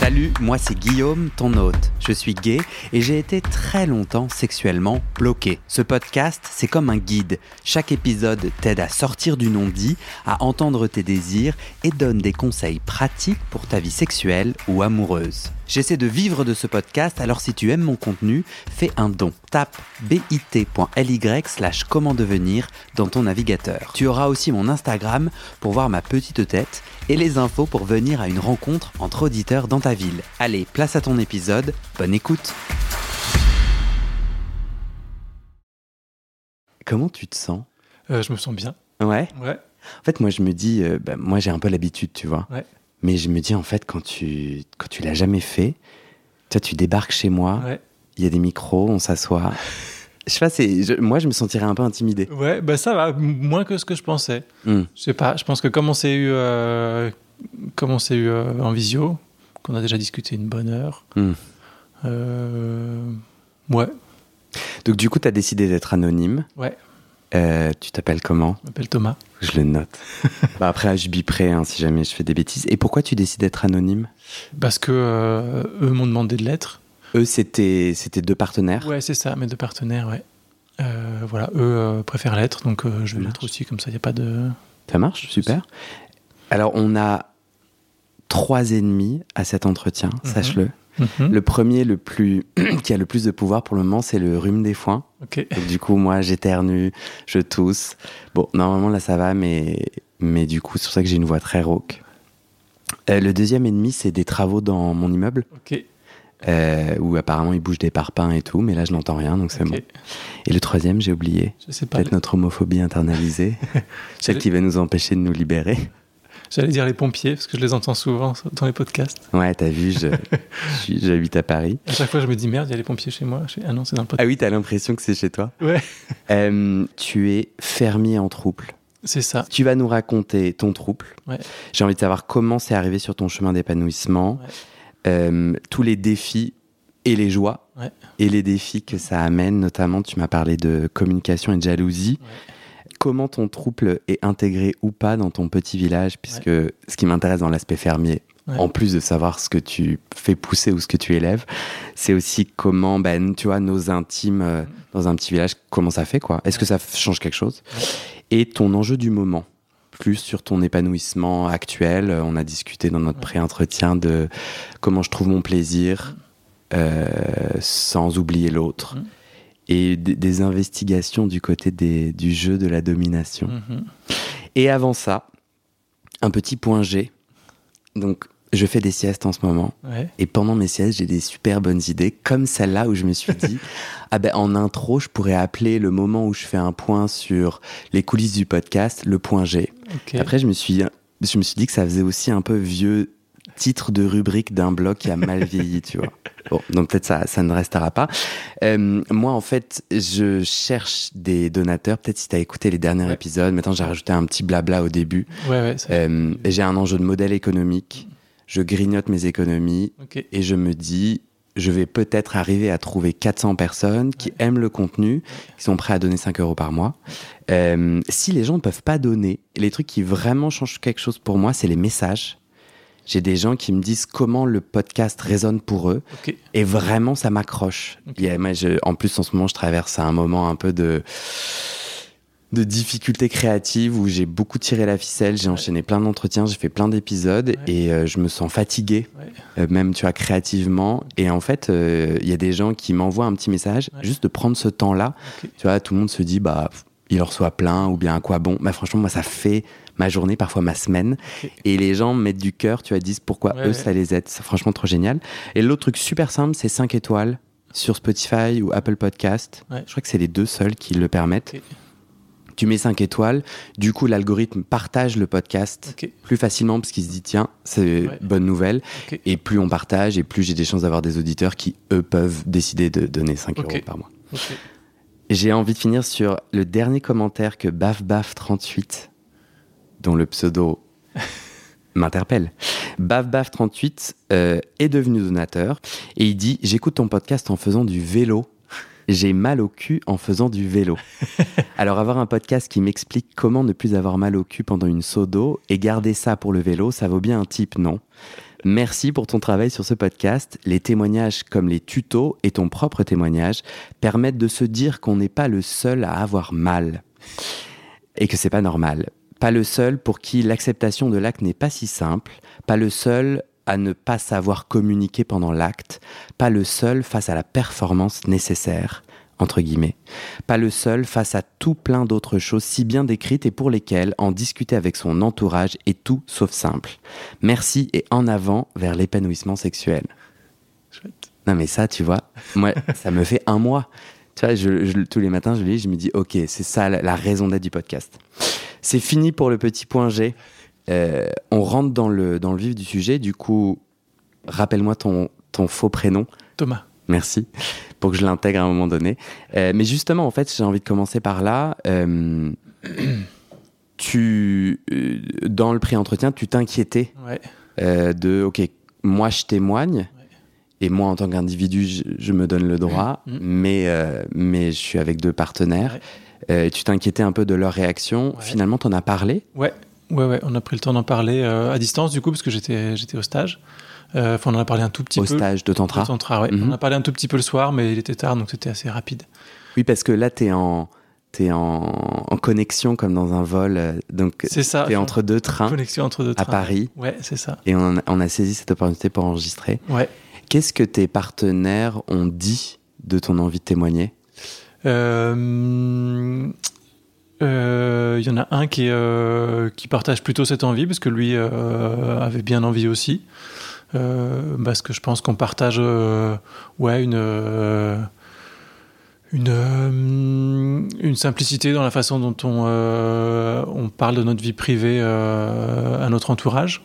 Salut, moi c'est Guillaume, ton hôte. Je suis gay et j'ai été très longtemps sexuellement bloqué. Ce podcast, c'est comme un guide. Chaque épisode t'aide à sortir du non-dit, à entendre tes désirs et donne des conseils pratiques pour ta vie sexuelle ou amoureuse. J'essaie de vivre de ce podcast, alors si tu aimes mon contenu, fais un don. Tape bit.ly/comment devenir dans ton navigateur. Tu auras aussi mon Instagram pour voir ma petite tête et les infos pour venir à une rencontre entre auditeurs dans ta ville. Allez, place à ton épisode, bonne écoute. Comment tu te sens ? Je me sens bien. Ouais. Ouais. En fait, moi je me dis, moi j'ai un peu l'habitude, tu vois. Ouais. Mais je me dis en fait, quand tu l'as jamais fait, toi tu débarques chez moi, Ouais. il y a des micros, on s'assoit. Je sais pas, moi je me sentirais un peu intimidé. Ouais, bah ça va, moins que ce que je pensais. Mm. Je sais pas, je pense que comme on s'est eu en visio, qu'on a déjà discuté une bonne heure, ouais. Donc du coup, tu as décidé d'être anonyme. Ouais, Tu t'appelles comment ? je m'appelle Thomas. Je le note. Bah après, je biperai si jamais je fais des bêtises. Et pourquoi tu décides d'être anonyme ? Parce que eux m'ont demandé de l'être. Eux, c'était deux partenaires. Ouais, c'est ça, mes deux partenaires, ouais. Voilà, eux préfèrent l'être, donc je vais Ça l'être aussi, comme ça, il n'y a pas de... Ça marche, super. Alors, on a 3 ennemis à cet entretien, sache-le. Le premier, qui a le plus de pouvoir pour le moment, c'est le rhume des foins. Ok. Donc, du coup, moi, j'éternue, je tousse. Bon, normalement, là, ça va, mais du coup, c'est pour ça que j'ai une voix très rauque. Le deuxième ennemi, c'est des travaux dans mon immeuble, Ok. où apparemment, il bouge des parpaings et tout, mais là, je n'entends rien, donc c'est Ok. bon. Et le troisième, j'ai oublié. Je sais pas. Peut-être notre homophobie internalisée, celle qui va nous empêcher de nous libérer. J'allais dire les pompiers, parce que je les entends souvent dans les podcasts. Ouais, t'as vu, j'habite à Paris. À chaque fois, je me dis merde, il y a les pompiers chez moi. Ah non, c'est dans le podcast. Ah oui, t'as l'impression que c'est chez toi. Ouais, Tu es fermier en trouble. c'est ça. Tu vas nous raconter ton trouble. Ouais. J'ai envie de savoir comment c'est arrivé sur ton chemin d'épanouissement, tous les défis et les joies, Ouais. et les défis que ça amène. Notamment, tu m'as parlé de communication et de jalousie. Ouais. Comment ton trouble est intégré ou pas dans ton petit village, puisque ce qui m'intéresse dans l'aspect fermier, en plus de savoir ce que tu fais pousser ou ce que tu élèves, c'est aussi comment, tu vois, nos intimes dans un petit village, comment ça fait, quoi. Est-ce que ça change quelque chose ? Et ton enjeu du moment, plus sur ton épanouissement actuel. On a discuté dans notre pré-entretien de comment je trouve mon plaisir sans oublier l'autre. Et des investigations du côté du jeu de la domination. Et avant ça, un petit point G. Donc, je fais des siestes en ce moment. Ouais. Et pendant mes siestes, j'ai des super bonnes idées, comme celle-là où je me suis dit, en intro, je pourrais appeler le moment où je fais un point sur les coulisses du podcast, le point G. Okay. Après, je me suis dit que ça faisait aussi un peu vieux titre de rubrique d'un blog qui a mal vieilli, tu vois. Bon, donc peut-être ça ne restera pas. Moi, en fait, je cherche des donateurs. Peut-être si tu as écouté les derniers épisodes, maintenant j'ai rajouté un petit blabla au début. J'ai un enjeu de modèle économique. Je grignote mes économies et je me dis, je vais peut-être arriver à trouver 400 personnes qui aiment le contenu, qui sont prêts à donner 5 € par mois. Si les gens ne peuvent pas donner, les trucs qui vraiment changent quelque chose pour moi, c'est les messages. J'ai des gens qui me disent comment le podcast résonne pour eux. Et vraiment, ça m'accroche. Moi, en plus, en ce moment, je traverse un moment un peu de difficultés créatives où j'ai beaucoup tiré la ficelle. J'ai enchaîné plein d'entretiens, j'ai fait plein d'épisodes et je me sens fatigué, même, tu vois, créativement. Et en fait, il y a des gens qui m'envoient un petit message, juste de prendre ce temps-là. Tu vois, tout le monde se dit, il en reçoit plein ou bien à quoi bon. Franchement, moi, ça fait ma journée, parfois ma semaine. Et les gens mettent du cœur, tu vois, disent pourquoi eux, ça les aide. C'est franchement trop génial. Et l'autre truc super simple, c'est 5 étoiles sur Spotify ou Apple Podcast. Je crois que c'est les 2 seuls qui le permettent. Tu mets 5 étoiles. Du coup, l'algorithme partage le podcast plus facilement parce qu'il se dit, tiens, c'est bonne nouvelle. Et plus on partage et plus j'ai des chances d'avoir des auditeurs qui, eux, peuvent décider de donner 5 € par mois. J'ai envie de finir sur le dernier commentaire que BafBaf38, dont le pseudo m'interpelle. BafBaf38 est devenu donateur et il dit « J'écoute ton podcast en faisant du vélo. J'ai mal au cul en faisant du vélo. » Alors avoir un podcast qui m'explique comment ne plus avoir mal au cul pendant une seau d'eau et garder ça pour le vélo, ça vaut bien un tip, non ? Merci pour ton travail sur ce podcast. Les témoignages comme les tutos et ton propre témoignage permettent de se dire qu'on n'est pas le seul à avoir mal et que c'est pas normal. Pas le seul pour qui l'acceptation de l'acte n'est pas si simple, pas le seul à ne pas savoir communiquer pendant l'acte, pas le seul face à la performance nécessaire, entre guillemets, pas le seul face à tout plein d'autres choses si bien décrites et pour lesquelles en discuter avec son entourage est tout sauf simple. Merci et en avant vers l'épanouissement sexuel. Chouette. Non mais ça, tu vois, moi, ça me fait un mois. Tu vois, tous les matins, je lis, je me dis, ok, c'est ça la raison d'être du podcast. C'est fini pour le petit point G. On rentre dans le vif du sujet. Du coup, rappelle-moi ton faux prénom. Thomas. Merci, pour que je l'intègre à un moment donné. Mais justement, en fait, j'ai envie de commencer par là. Dans le pré-entretien, tu t'inquiétais ok, moi je témoigne, et moi en tant qu'individu, je me donne le droit, mais je suis avec 2 partenaires. Tu t'inquiétais un peu de leur réaction. Finalement, t'en as parlé ? Ouais, on a pris le temps d'en parler à distance, du coup, parce que j'étais au stage. On en a parlé un tout petit peu. Au stage de Tantra. Ouais. On en a parlé un tout petit peu le soir, mais il était tard, donc c'était assez rapide. Oui, parce que là, t'es en connexion comme dans un vol. Donc, c'est ça. T'es entre 2 trains. Connexion entre 2 trains. À Paris. Ouais, c'est ça. Et on a saisi cette opportunité pour enregistrer. Ouais. Qu'est-ce que tes partenaires ont dit de ton envie de témoigner ? Il y en a un qui partage plutôt cette envie, parce que lui avait bien envie aussi. Parce que je pense qu'on partage une simplicité dans la façon dont on parle de notre vie privée à notre entourage.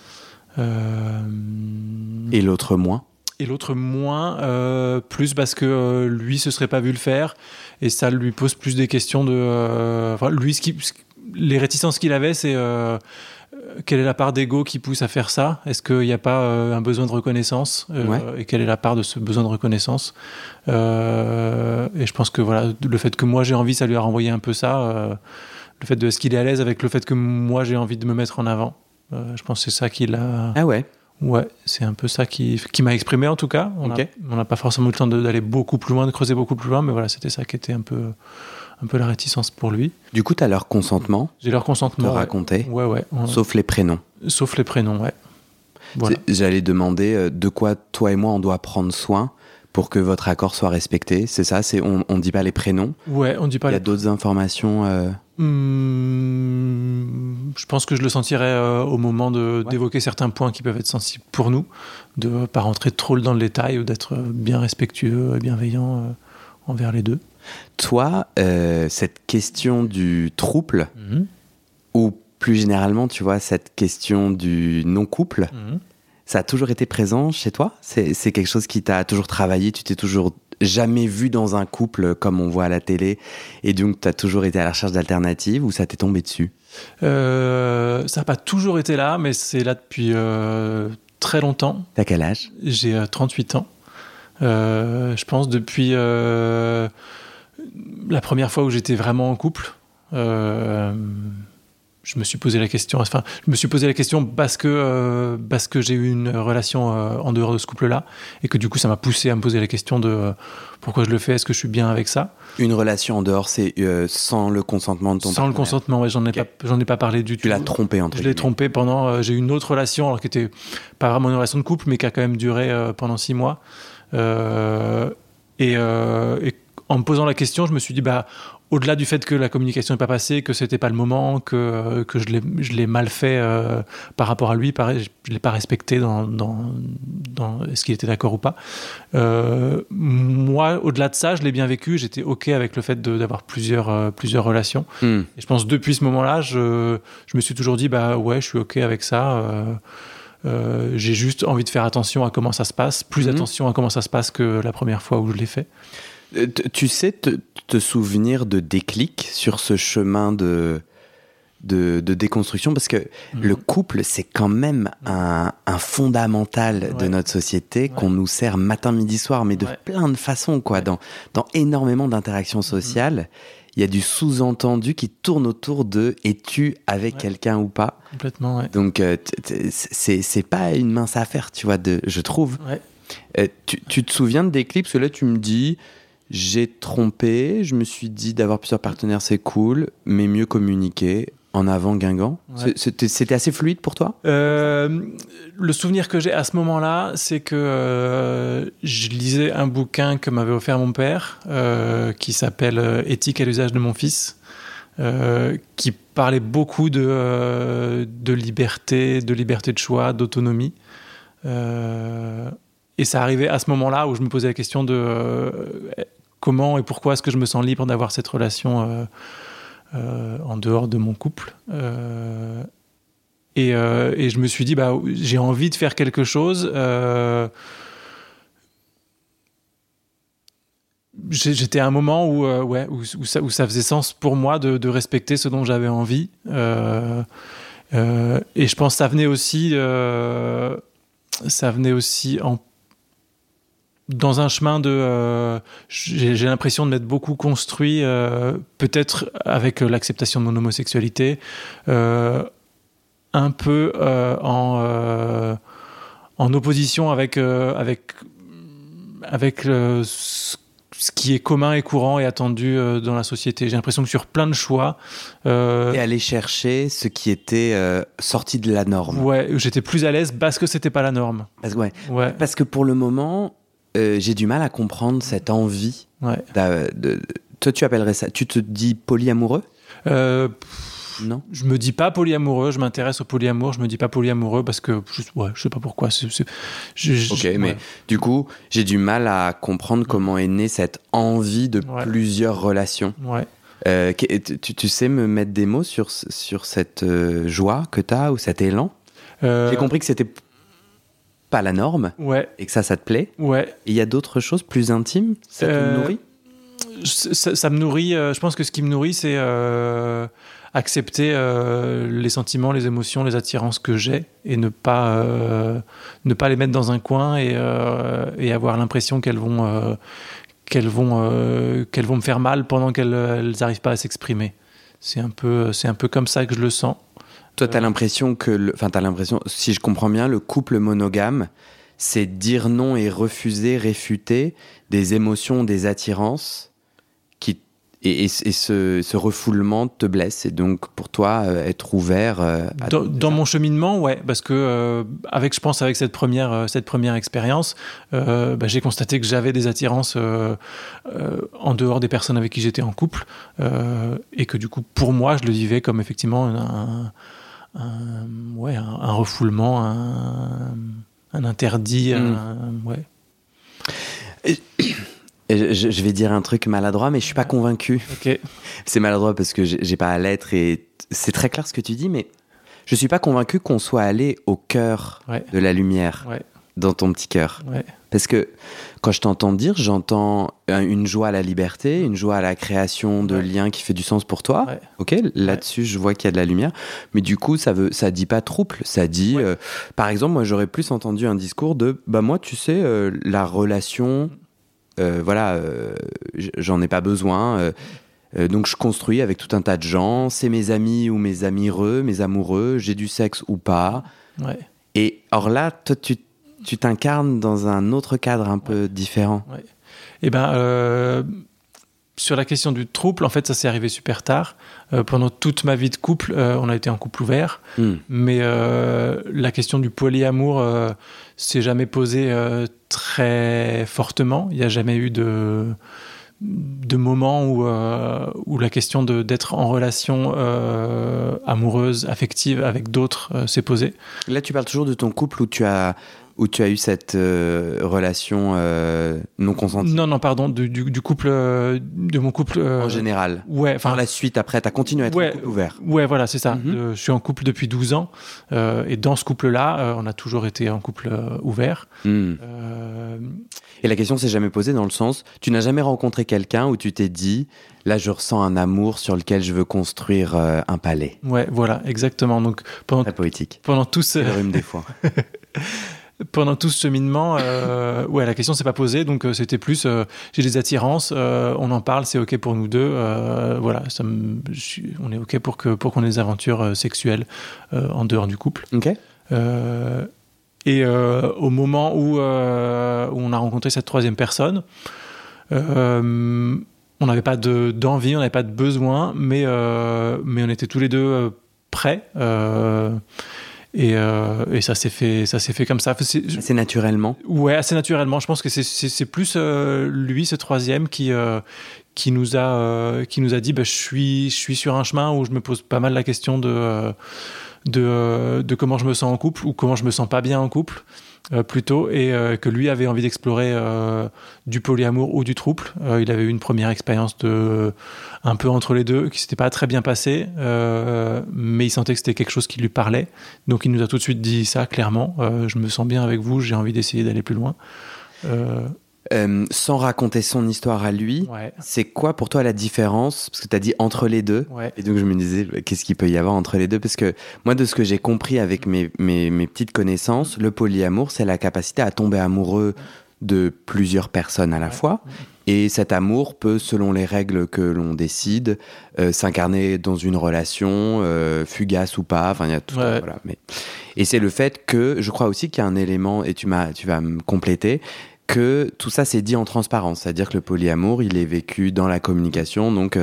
Et l'autre moins ? Et l'autre moins, plus parce que lui se serait pas vu le faire, et ça lui pose plus des questions de... les réticences qu'il avait, c'est... quelle est la part d'ego qui pousse à faire ça ? Est-ce qu'il n'y a pas un besoin de reconnaissance et quelle est la part de ce besoin de reconnaissance ? Et je pense que voilà, le fait que moi j'ai envie, ça lui a renvoyé un peu ça. Le fait de est-ce qu'il est à l'aise avec le fait que moi j'ai envie de me mettre en avant. Je pense que c'est ça qui l'a... Ah ouais ? Ouais, c'est un peu ça qui m'a exprimé en tout cas. On n'a pas forcément eu le temps d'aller beaucoup plus loin, de creuser beaucoup plus loin, mais voilà, c'était ça qui était un peu la réticence pour lui. Du coup, tu as leur consentement ? J'ai leur consentement. De raconter ? Ouais. Sauf les prénoms. Sauf les prénoms, ouais. Voilà. J'allais demander de quoi toi et moi on doit prendre soin pour que votre accord soit respecté. C'est ça ? On ne dit pas les prénoms ? Ouais, on dit pas. Il y a d'autres informations Je pense que je le sentirais au moment d'évoquer certains points qui peuvent être sensibles pour nous, de ne pas rentrer trop dans le détail ou d'être bien respectueux et bienveillant envers les deux. Toi, cette question du trouble, ou plus généralement, tu vois, cette question du non-couple, ça a toujours été présent chez toi ? C'est quelque chose qui t'a toujours travaillé ? Tu t'es toujours jamais vu dans un couple comme on voit à la télé, et donc tu as toujours été à la recherche d'alternatives, ou ça t'est tombé dessus ? Ça n'a pas toujours été là, mais c'est là depuis très longtemps. T'as quel âge ? J'ai 38 ans. Je pense depuis la première fois où j'étais vraiment en couple. Je me suis posé la question. Enfin, je me suis posé la question parce que j'ai eu une relation en dehors de ce couple-là, et que du coup, ça m'a poussé à me poser la question de pourquoi je le fais. Est-ce que je suis bien avec ça ? Une relation en dehors, c'est sans le consentement de ton partenaire. Sans le consentement, ouais, j'en ai pas parlé du tout. Tu l'as trompé entre guillemets. Je l'ai trompé pendant. J'ai eu une autre relation, alors qui était pas vraiment une relation de couple, mais qui a quand même duré pendant 6 mois. Et en me posant la question, je me suis dit, au-delà du fait que la communication n'est pas passée, que c'était pas le moment, que je l'ai mal fait par rapport à lui, je l'ai pas respecté dans est-ce qu'il était d'accord ou pas. Moi, au-delà de ça, je l'ai bien vécu. J'étais ok avec le fait d'avoir plusieurs relations. Et je pense depuis ce moment-là, je me suis toujours dit, ouais, je suis ok avec ça. J'ai juste envie de faire attention à comment ça se passe, plus attention à comment ça se passe que la première fois où je l'ai fait. Tu sais te souvenir de déclic sur ce chemin de déconstruction, parce que le couple, c'est quand même un fondamental de notre société qu'on nous sert matin, midi, soir, mais de plein de façons, quoi. Dans énormément d'interactions sociales, il y a du sous-entendu qui tourne autour de es-tu avec quelqu'un ou pas. Complètement, ouais. Donc, c'est pas une mince affaire, tu vois, je trouve. Ouais. Tu te souviens de des clips? Parce que là, tu me dis, j'ai trompé, je me suis dit d'avoir plusieurs partenaires, c'est cool, mais mieux communiquer. En avant Guingamp. Ouais. C'était assez fluide pour toi? Le souvenir que j'ai à ce moment-là, c'est que je lisais un bouquin que m'avait offert mon père, qui s'appelle Éthique à l'usage de mon fils, qui parlait beaucoup de liberté, de choix, d'autonomie. Et ça arrivait à ce moment-là où je me posais la question de comment et pourquoi est-ce que je me sens libre d'avoir cette relation en dehors de mon couple. Et je me suis dit, j'ai envie de faire quelque chose. J'étais à un moment où ça faisait sens pour moi de respecter ce dont j'avais envie. Et je pense que ça venait aussi dans un chemin j'ai l'impression de m'être beaucoup construit, peut-être avec l'acceptation de mon homosexualité, un peu en opposition avec ce qui est commun et courant et attendu dans la société. J'ai l'impression que sur plein de choix... Et aller chercher ce qui était sorti de la norme. Ouais, j'étais plus à l'aise parce que c'était pas la norme. Parce que pour le moment... j'ai du mal à comprendre cette envie. Ouais. Toi, tu appellerais ça... Tu te dis polyamoureux? Non. Je me dis pas polyamoureux. Je m'intéresse au polyamour. Je me dis pas polyamoureux parce que je sais pas pourquoi. Mais du coup, j'ai du mal à comprendre comment est née cette envie de plusieurs relations. Ouais. Tu sais me mettre des mots sur cette joie que t'as ou cet élan? J'ai compris que c'était pas la norme, et que ça te plaît. Ouais. Et il y a d'autres choses plus intimes? Ça te nourrit? Ça me nourrit. Je pense que ce qui me nourrit, c'est accepter les sentiments, les émotions, les attirances que j'ai et ne pas les mettre dans un coin et avoir l'impression qu'elles vont me faire mal pendant qu'elles n'arrivent pas à s'exprimer. C'est un peu comme ça que je le sens. Toi, t'as l'impression si je comprends bien, le couple monogame, c'est dire non et refuser, réfuter des émotions, des attirances et ce refoulement te blesse. Et donc, pour toi, être ouvert... Dans mon cheminement, ouais, parce que avec cette première expérience, j'ai constaté que j'avais des attirances en dehors des personnes avec qui j'étais en couple, et que du coup, pour moi, je le vivais comme effectivement un refoulement, un interdit. Je vais dire un truc maladroit, mais je suis pas convaincu. Okay. C'est maladroit parce que j'ai pas à l'être et c'est très clair ce que tu dis, mais je suis pas convaincu qu'on soit allé au cœur de la lumière dans ton petit cœur. Ouais. Parce que quand je t'entends dire, j'entends une joie à la liberté, une joie à la création de liens qui fait du sens pour toi. Ouais. Ok, là-dessus, je vois qu'il y a de la lumière. Mais du coup, ça dit pas trouble. Ça dit, par exemple, moi, j'aurais plus entendu un discours de, moi, tu sais, la relation, j'en ai pas besoin. Donc, je construis avec tout un tas de gens. C'est mes amis ou mes amireux, mes amoureux. J'ai du sexe ou pas. Ouais. Et or là, toi, tu t'incarnes dans un autre cadre un peu différent. Ouais. Et sur la question du trouble, en fait, ça s'est arrivé super tard. Pendant toute ma vie de couple, on a été en couple ouvert. Mais la question du polyamour s'est jamais posée très fortement. Il n'y a jamais eu de moments où la question d'être en relation amoureuse, affective avec d'autres s'est posée. Là, tu parles toujours de ton couple où tu as eu cette relation non consentie. Non, pardon, du couple, de mon couple. En général. Ouais, enfin. La suite, après, t'as continué à être en couple ouvert. Ouais, voilà, c'est ça. Je suis en couple depuis 12 ans. Et dans ce couple-là, on a toujours été en couple ouvert. Et la question s'est jamais posée dans le sens, tu n'as jamais rencontré quelqu'un où tu t'es dit, là, je ressens un amour sur lequel je veux construire un palais. Ouais, voilà, exactement. Donc, très poétique. Pendant tout ce... Le rhume des fois. pendant tout ce cheminement, la question s'est pas posée. Donc c'était plus, j'ai des attirances, on en parle, c'est ok pour nous deux. On est ok pour qu'on ait des aventures sexuelles en dehors du couple. Ok. Au moment où on a rencontré cette troisième personne, on n'avait pas d'envie, on n'avait pas de besoin, mais on était tous les deux prêts. Et ça s'est fait comme ça. Assez naturellement. Ouais, assez naturellement. Je pense que c'est plus lui, ce troisième, qui nous a dit, je suis sur un chemin où je me pose pas mal la question de comment je me sens en couple ou comment je me sens pas bien en couple. Plutôt, et que lui avait envie d'explorer du polyamour ou du trouble. Il avait eu une première expérience un peu entre les deux, qui s'était pas très bien passée, mais il sentait que c'était quelque chose qui lui parlait. Donc il nous a tout de suite dit ça clairement. Je me sens bien avec vous, j'ai envie d'essayer d'aller plus loin. Sans raconter son histoire à lui, c'est quoi pour toi la différence? Parce que tu as dit entre les deux, et donc je me disais, qu'est-ce qu'il peut y avoir entre les deux? Parce que moi, de ce que j'ai compris avec mes petites connaissances, le polyamour, c'est la capacité à tomber amoureux de plusieurs personnes à la fois. Et cet amour peut, selon les règles que l'on décide, s'incarner dans une relation, fugace ou pas. Enfin, il y a tout ça, voilà. Et c'est le fait que, je crois aussi qu'il y a un élément, et tu vas me compléter, que tout ça c'est dit en transparence, c'est-à-dire que le polyamour il est vécu dans la communication, donc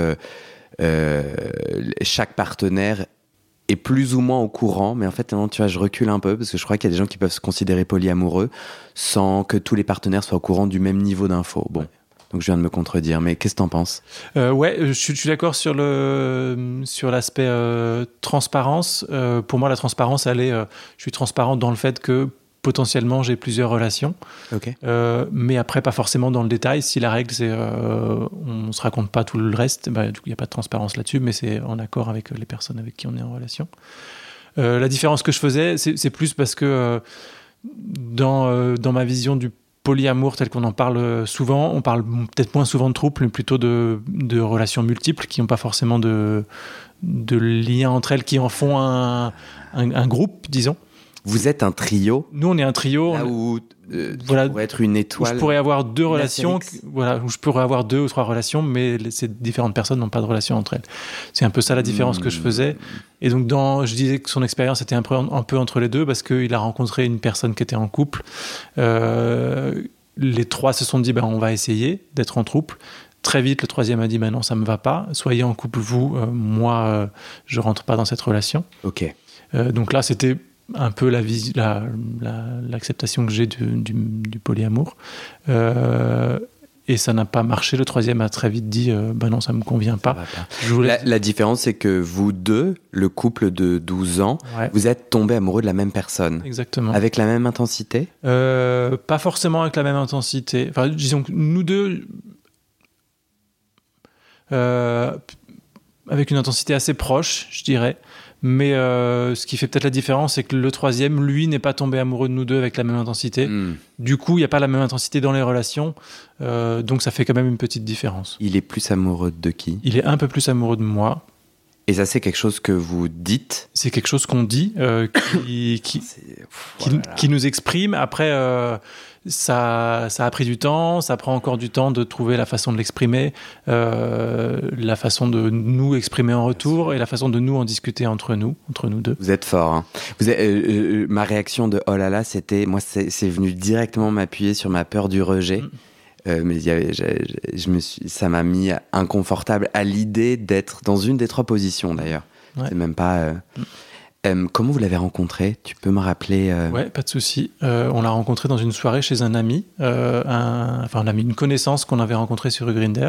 chaque partenaire est plus ou moins au courant, mais en fait non, tu vois, je recule un peu parce que je crois qu'il y a des gens qui peuvent se considérer polyamoureux sans que tous les partenaires soient au courant du même niveau d'infos. Bon, donc je viens de me contredire, mais qu'est-ce que t'en penses? Je suis d'accord sur l'aspect transparence. Pour moi, la transparence, je suis transparent dans le fait que potentiellement j'ai plusieurs relations, mais après pas forcément dans le détail. Si la règle c'est on se raconte pas tout le reste, du coup il n'y a pas de transparence là-dessus, mais c'est en accord avec les personnes avec qui on est en relation. La différence que je faisais, c'est plus parce que dans ma vision du polyamour tel qu'on en parle souvent, on parle peut-être moins souvent de troubles, mais plutôt de relations multiples qui n'ont pas forcément de liens entre elles, qui en font un groupe, disons. Vous êtes un trio. Nous, on est un trio. Là où pourrait être une étoile. Où je pourrais avoir deux relations, où je pourrais avoir 2 ou 3 relations, mais ces différentes personnes n'ont pas de relation entre elles. C'est un peu ça la différence que je faisais. Et donc, je disais que son expérience était un peu entre les deux, parce qu'il a rencontré une personne qui était en couple. Les 3 se sont dit, on va essayer d'être en couple. Très vite, le troisième a dit, non, ça me va pas. Soyez en couple, vous. Moi, je rentre pas dans cette relation. Ok. Donc là, c'était un peu l'acceptation que j'ai du polyamour. Et ça n'a pas marché. Le troisième a très vite dit non, ça me convient pas. La différence, c'est que vous deux, le couple de 12 ans, vous êtes tombés amoureux de la même personne. Exactement. Avec la même intensité? Pas forcément avec la même intensité. Enfin, disons que nous deux, avec une intensité assez proche, je dirais. Mais ce qui fait peut-être la différence, c'est que le troisième, lui, n'est pas tombé amoureux de nous deux avec la même intensité. Du coup, il n'y a pas la même intensité dans les relations. Donc, ça fait quand même une petite différence. Il est plus amoureux de qui? Il est un peu plus amoureux de moi. Et ça, c'est quelque chose que vous dites? C'est quelque chose qu'on dit, qui nous exprime. Après, ça a pris du temps, ça prend encore du temps de trouver la façon de l'exprimer, la façon de nous exprimer en retour et la façon de nous en discuter entre nous deux. Vous êtes fort. Hein. Ma réaction de oh là là, c'était, moi, c'est venu directement m'appuyer sur ma peur du rejet. Mais ça m'a mis inconfortable à l'idée d'être dans une des 3 positions d'ailleurs. C'est même pas. Comment vous l'avez rencontré? Tu peux me rappeler? Ouais, pas de souci. On l'a rencontré dans une soirée chez un ami, une connaissance qu'on avait rencontré sur Grindr,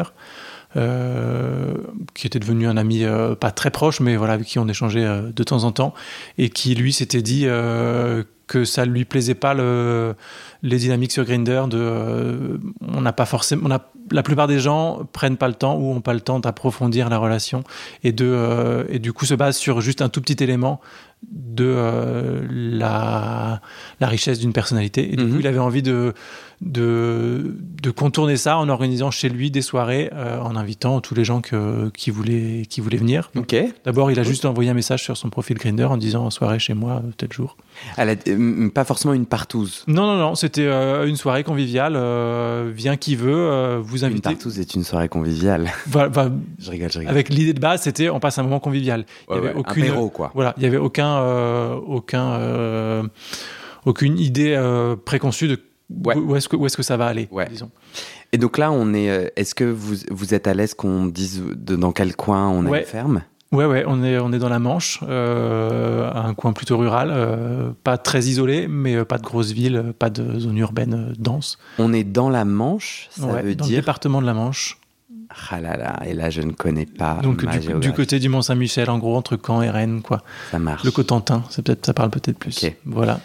qui était devenu un ami pas très proche, mais voilà, avec qui on échangeait de temps en temps, et qui lui s'était dit que ça lui plaisait pas les dynamiques sur Grindr. La plupart des gens prennent pas le temps ou ont pas le temps d'approfondir la relation et du coup se basent sur juste un tout petit élément la richesse d'une personnalité. Et du coup, il avait envie de contourner ça en organisant chez lui des soirées, en invitant tous les gens qui voulaient venir. Donc, Ok. d'abord, il a juste envoyé un message sur son profil Grindr en disant soirée chez moi tel jour. Pas forcément une partouze. Non, c'était une soirée conviviale. Vient qui veut, vous invitez. Une partouze est une soirée conviviale. Je rigole. Avec l'idée de base, c'était on passe un moment convivial. Il y avait aucune, un apéro, quoi. Voilà, il y avait aucune idée préconçue de où est-ce que ça va aller, disons. Et donc là, est-ce que vous êtes à l'aise qu'on dise dans quel coin on a une ferme ? Ouais, on est dans la Manche, un coin plutôt rural, pas très isolé, mais pas de grosse ville, pas de zone urbaine dense. On est dans la Manche, ça veut dans dire... le département de la Manche. Ah là là, et là je ne connais pas. Donc du côté du Mont-Saint-Michel, en gros, entre Caen et Rennes, quoi. Ça marche. Le Cotentin, ça parle peut-être plus. Ok. Voilà.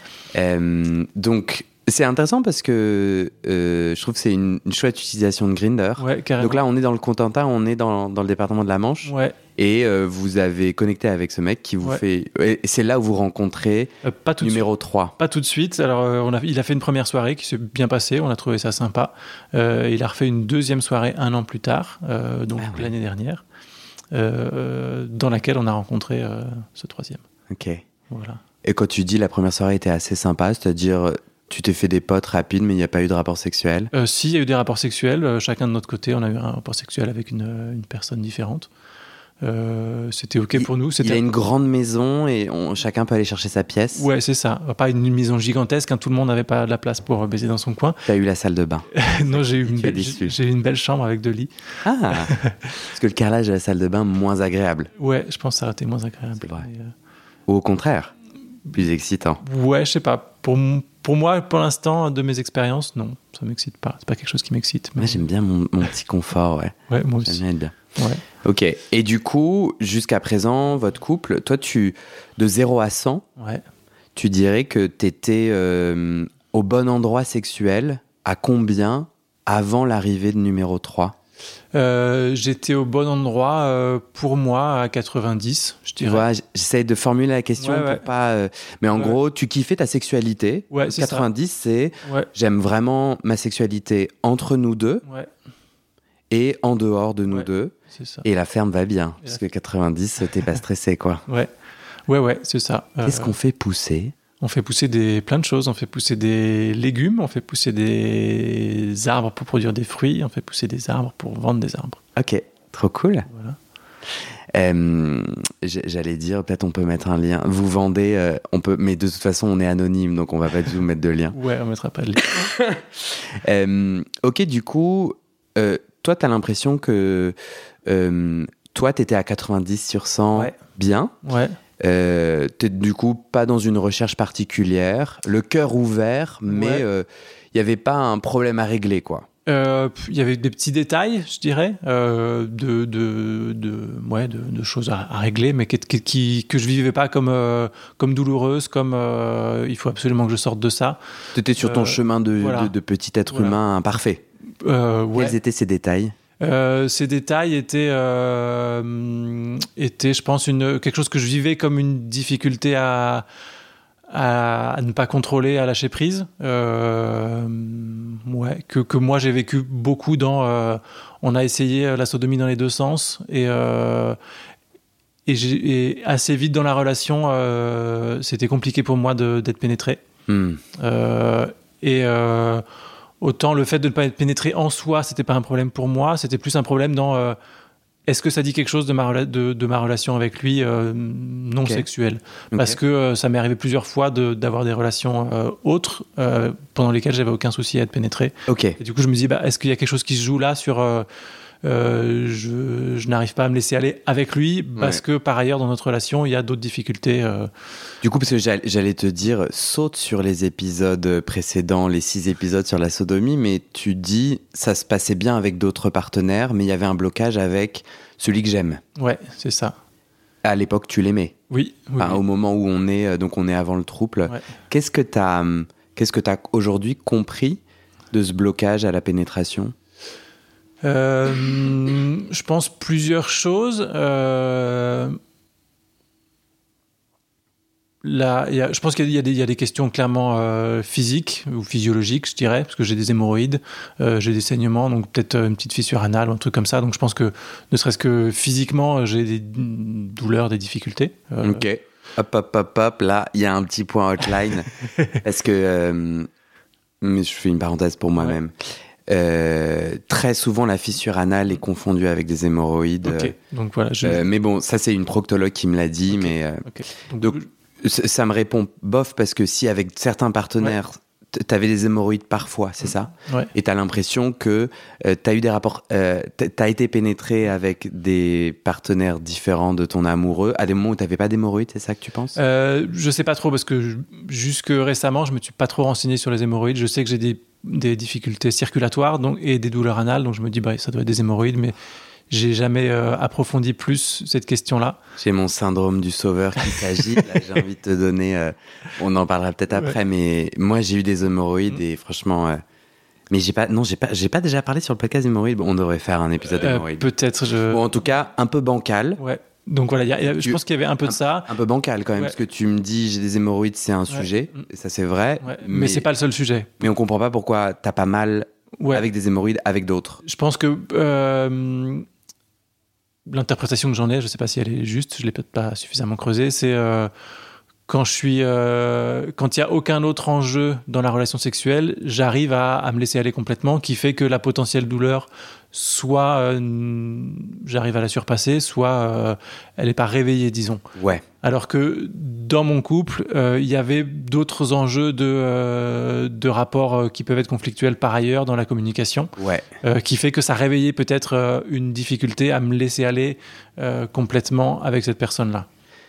Donc c'est intéressant parce que je trouve que c'est une chouette utilisation de Grindr. Ouais, carrément. Donc là, on est dans le Cotentin, on est dans le département de la Manche. Ouais. Et vous avez connecté avec ce mec qui vous fait... Et c'est là où vous rencontrez numéro 3. Pas tout de suite. Alors, il a fait une première soirée qui s'est bien passée. On a trouvé ça sympa. Il a refait une deuxième soirée 1 an plus tard, l'année dernière, dans laquelle on a rencontré ce troisième. Ok. Voilà. Et quand tu dis la première soirée était assez sympa, c'est-à-dire... Tu t'es fait des potes rapides, mais il n'y a pas eu de rapport sexuel ? Si, il y a eu des rapports sexuels. Chacun de notre côté, on a eu un rapport sexuel avec une personne différente. C'était OK pour nous. Il y a une grande maison et chacun peut aller chercher sa pièce. Ouais, c'est ça. Pas une maison gigantesque, tout le monde n'avait pas de la place pour baiser dans son coin. Tu as eu la salle de bain. Non, j'ai eu une belle chambre avec 2 lits. Ah, parce que le carrelage de la salle de bain, moins agréable. Ouais, je pense que ça aurait été moins agréable. C'est vrai. Ou au contraire, plus excitant. Ouais, je sais pas. Pour moi, pour l'instant, de mes expériences, non, ça m'excite pas. C'est pas quelque chose qui m'excite. Moi, j'aime bien mon petit confort, ouais. Ouais, moi aussi. J'aime bien être bien. Ouais. Ok. Et du coup, jusqu'à présent, votre couple, toi, de 0 à 100, tu dirais que t'étais au bon endroit sexuel à combien avant l'arrivée de numéro 3 ? J'étais au bon endroit pour moi à 90, je dirais. Ouais, j'essaie de formuler la question pour pas. Mais en gros, tu kiffais ta sexualité. Ouais, c'est 90, c'est j'aime vraiment ma sexualité entre nous deux et en dehors de nous deux. C'est ça. Et la ferme va bien, parce que 90, t'es pas stressé, quoi. Ouais, c'est ça. Qu'est-ce qu'on fait pousser ? On fait pousser plein de choses. On fait pousser des légumes, on fait pousser des arbres pour produire des fruits, on fait pousser des arbres pour vendre des arbres. Ok, trop cool. Voilà. J'allais dire, peut-être on peut mettre un lien. Vous vendez, mais de toute façon, on est anonyme, donc on va pas du tout mettre de lien. Ouais, on mettra pas de lien. Ok, du coup, toi, t'as l'impression que toi, t'étais à 90 sur 100 bien. Ouais. T'es du coup pas dans une recherche particulière, le cœur ouvert, mais il n'y avait pas un problème à régler, quoi. Il y avait des petits détails, je dirais, de choses à régler, mais que je vivais pas comme douloureuses, comme il faut absolument que je sorte de ça. Tu étais sur ton chemin de petit être humain imparfait. Quels étaient ces détails ? Ces détails étaient, je pense, quelque chose que je vivais comme une difficulté à ne pas contrôler, à lâcher prise. Que moi j'ai vécu beaucoup dans. On a essayé la sodomie dans les deux sens et assez vite dans la relation, c'était compliqué pour moi d'être pénétré. Autant le fait de ne pas être pénétré en soi, c'était pas un problème pour moi, c'était plus un problème dans est-ce que ça dit quelque chose de ma relation avec lui non sexuelle. Parce que ça m'est arrivé plusieurs fois d'avoir des relations autres pendant lesquelles j'avais aucun souci à être pénétré. Et du coup, je me dis, est-ce qu'il y a quelque chose qui se joue là sur... je n'arrive pas à me laisser aller avec lui parce que par ailleurs dans notre relation il y a d'autres difficultés. Du coup, parce que j'allais te dire, saute sur les épisodes précédents, les 6 épisodes sur la sodomie, mais tu dis ça se passait bien avec d'autres partenaires, mais il y avait un blocage avec celui que j'aime. Ouais, c'est ça. À l'époque, tu l'aimais. Oui. Au moment où on est, donc on est avant le trouble. Ouais. Qu'est-ce que t'as aujourd'hui compris de ce blocage à la pénétration ? Je pense plusieurs choses. je pense qu'il y a des questions clairement physiques ou physiologiques, je dirais, parce que j'ai des hémorroïdes, j'ai des saignements, donc peut-être une petite fissure anale ou un truc comme ça. Donc je pense que, ne serait-ce que physiquement, j'ai des douleurs, des difficultés. Ok. Hop. Là, il y a un petit point outline. Parce que, mais je fais une parenthèse pour moi-même. Très souvent, la fissure anale est confondue avec des hémorroïdes. Ok. Donc voilà. Mais bon, ça, c'est une proctologue qui me l'a dit. Okay. Mais, Okay. Donc, ça me répond bof, parce que si avec certains partenaires, t'avais des hémorroïdes parfois, c'est ça? Ouais. Et t'as l'impression que t'as eu des rapports, t'as été pénétré avec des partenaires différents de ton amoureux à des moments où t'avais pas d'hémorroïdes, c'est ça que tu penses? Je sais pas trop, parce que jusque récemment, je me suis pas trop renseigné sur les hémorroïdes. Je sais que j'ai des difficultés circulatoires et des douleurs anales, donc je me dis ça doit être des hémorroïdes, mais j'ai jamais approfondi plus cette question-là. J'ai mon syndrome du sauveur qui s'agit. Là, j'ai envie de te donner. On en parlera peut-être après, mais moi j'ai eu des hémorroïdes et franchement. Mais j'ai pas déjà parlé sur le podcast d'hémorroïdes. On devrait faire un épisode d'hémorroïdes. Peut-être. Bon, en tout cas, un peu bancal. Ouais. Donc voilà, je pense qu'il y avait un peu de ça. Un peu bancal quand même, parce que tu me dis j'ai des hémorroïdes, c'est un sujet, et ça c'est vrai. Ouais. Mais c'est pas le seul sujet. Mais on comprend pas pourquoi t'as pas mal avec des hémorroïdes avec d'autres. Je pense que l'interprétation que j'en ai, je sais pas si elle est juste, je l'ai peut-être pas suffisamment creusée, c'est quand il y a aucun autre enjeu dans la relation sexuelle, j'arrive à me laisser aller complètement, qui fait que la potentielle douleur, soit j'arrive à la surpasser, soit elle n'est pas réveillée, disons. Ouais. Alors que dans mon couple, il y avait d'autres enjeux de rapports qui peuvent être conflictuels par ailleurs dans la communication, qui fait que ça réveillait peut-être une difficulté à me laisser aller complètement avec cette personne-là.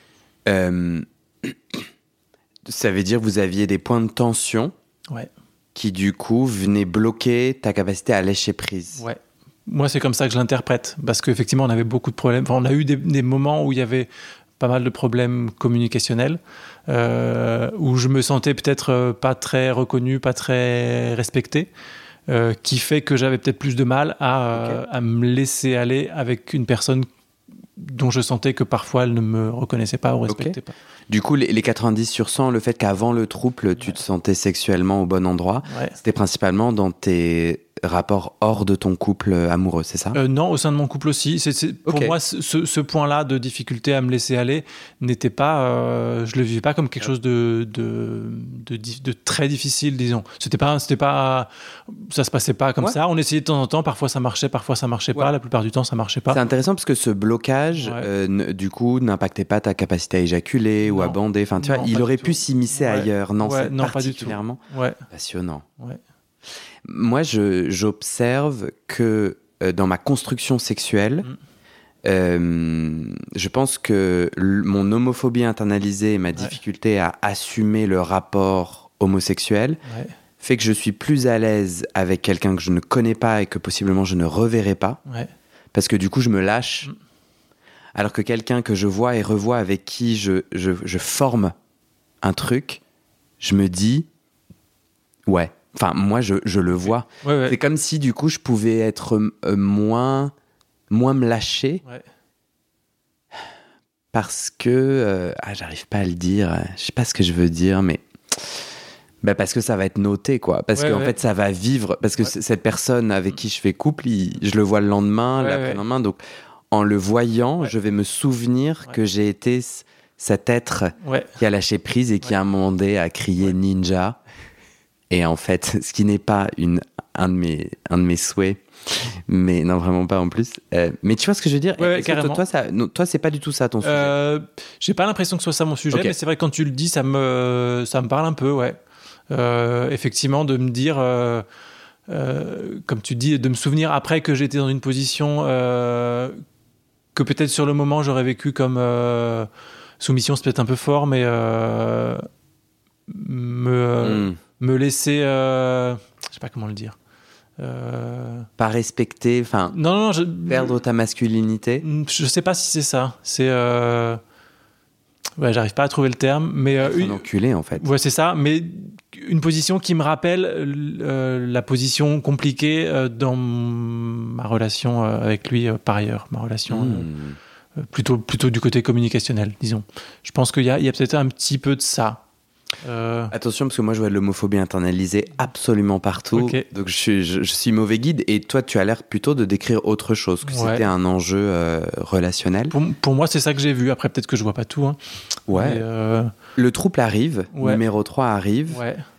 Ça veut dire que vous aviez des points de tension qui du coup venaient bloquer ta capacité à lâcher prise. Ouais. Moi, c'est comme ça que je l'interprète, parce qu'effectivement, on avait beaucoup de problèmes. Enfin, on a eu des moments où il y avait pas mal de problèmes communicationnels, où je me sentais peut-être pas très reconnu, pas très respecté, qui fait que j'avais peut-être plus de mal à me laisser aller avec une personne dont je sentais que parfois elle ne me reconnaissait pas ou respectait pas. Du coup, les 90 sur 100, le fait qu'avant le trouble, tu te sentais sexuellement au bon endroit, c'était principalement dans tes rapports hors de ton couple amoureux, c'est ça? Non, au sein de mon couple aussi. Pour moi, ce point-là de difficulté à me laisser aller n'était pas... je le vivais pas comme quelque chose de très difficile, disons. C'était pas, ça se passait pas comme ça. On essayait de temps en temps. Parfois, ça marchait pas. La plupart du temps, ça marchait pas. C'est intéressant parce que ce blocage, du coup, n'impactait pas ta capacité à éjaculer ou à bander. Enfin, tu vois, il aurait pu s'immiscer ailleurs. Non, c'est particulièrement passionnant. Ouais. Moi, j'observe que dans ma construction sexuelle, je pense que mon homophobie internalisée et ma difficulté à assumer le rapport homosexuel fait que je suis plus à l'aise avec quelqu'un que je ne connais pas et que possiblement je ne reverrai pas. Parce que du coup, je me lâche. Alors que quelqu'un que je vois et revois, avec qui je forme un truc, je me dis, enfin, moi, je le vois. C'est comme si, du coup, je pouvais être moins me lâcher. Parce que... j'arrive pas à le dire. Je sais pas ce que je veux dire, mais... parce que ça va être noté, quoi. Parce qu'en fait, ça va vivre. Parce que cette personne avec qui je fais couple, je le vois le lendemain, l'après-lendemain. Donc, en le voyant, je vais me souvenir que j'ai été cet être qui a lâché prise et qui, à un moment donné, a crié ninja. Et en fait, ce qui n'est pas un de mes souhaits, mais non, vraiment pas en plus. Mais tu vois ce que je veux dire? Carrément. Toi, c'est pas du tout ça ton sujet. J'ai pas l'impression que ce soit ça mon sujet, mais c'est vrai que quand tu le dis, ça me parle un peu, effectivement, de me dire, comme tu dis, de me souvenir après que j'étais dans une position que peut-être sur le moment j'aurais vécu comme soumission, c'est peut-être un peu fort, mais me laisser, je sais pas comment le dire. Pas respecter, enfin. Non, perdre ta masculinité. Je sais pas si c'est ça. C'est. J'arrive pas à trouver le terme, mais. Un enculé, en fait. Ouais, c'est ça, mais une position qui me rappelle la position compliquée dans ma relation avec lui par ailleurs. Ma relation plutôt du côté communicationnel, disons. Je pense qu'il y a peut-être un petit peu de ça. Attention, parce que moi je vois de l'homophobie internalisée absolument partout, donc je suis mauvais guide, et toi tu as l'air plutôt de décrire autre chose, que c'était un enjeu relationnel. Pour moi c'est ça que j'ai vu, après peut-être que je vois pas tout. Hein. Ouais. Mais, le trouble arrive, numéro 3 arrive,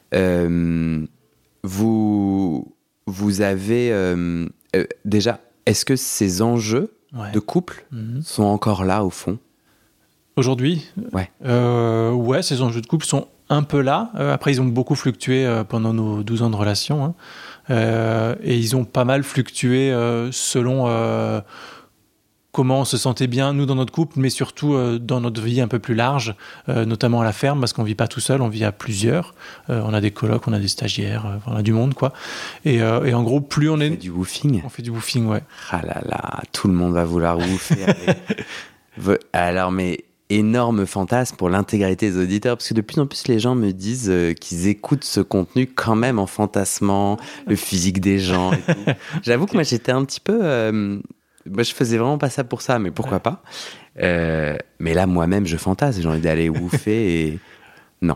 vous avez déjà, est-ce que ces enjeux de couple sont encore là au fond? Aujourd'hui, ces enjeux de couple sont un peu là. Après, ils ont beaucoup fluctué pendant nos 12 ans de relation. Hein. Et ils ont pas mal fluctué selon comment on se sentait bien, nous, dans notre couple, mais surtout dans notre vie un peu plus large, notamment à la ferme, parce qu'on ne vit pas tout seul, on vit à plusieurs. On a des colocs, on a des stagiaires, on a du monde, quoi. Et en gros, plus on est... On fait du woofing. On fait du woofing, ouais. Ah là là, tout le monde va vouloir woofer. Alors, mais... énorme fantasme pour l'intégralité des auditeurs, parce que de plus en plus les gens me disent qu'ils écoutent ce contenu quand même en fantasmant le physique des gens et tout. J'avoue que moi j'étais un petit peu moi je faisais vraiment pas ça pour ça, mais pourquoi pas, mais là moi-même je fantasme, j'ai envie d'aller woofer et non.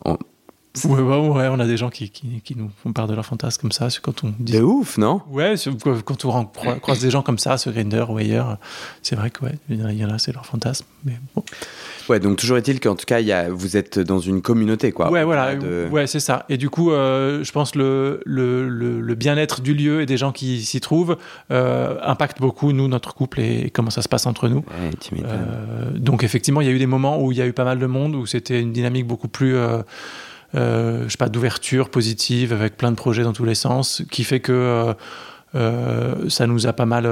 On a des gens qui nous font part de leur fantasme comme ça, quand on dit... De ouf, non? Ouais, quand on croise des gens comme ça sur Grindr ou ailleurs, c'est vrai que il y en a, c'est leur fantasme. Mais bon. Ouais, donc toujours est-il qu'en tout cas, vous êtes dans une communauté, quoi. Ouais, voilà, ouais, c'est ça. Et du coup, je pense le bien-être du lieu et des gens qui s'y trouvent impacte beaucoup, nous, notre couple et comment ça se passe entre nous. Ouais, tu m'étonnes. Donc effectivement, il y a eu des moments où il y a eu pas mal de monde, où c'était une dynamique beaucoup plus... je sais pas, d'ouverture positive avec plein de projets dans tous les sens, qui fait que ça nous a pas mal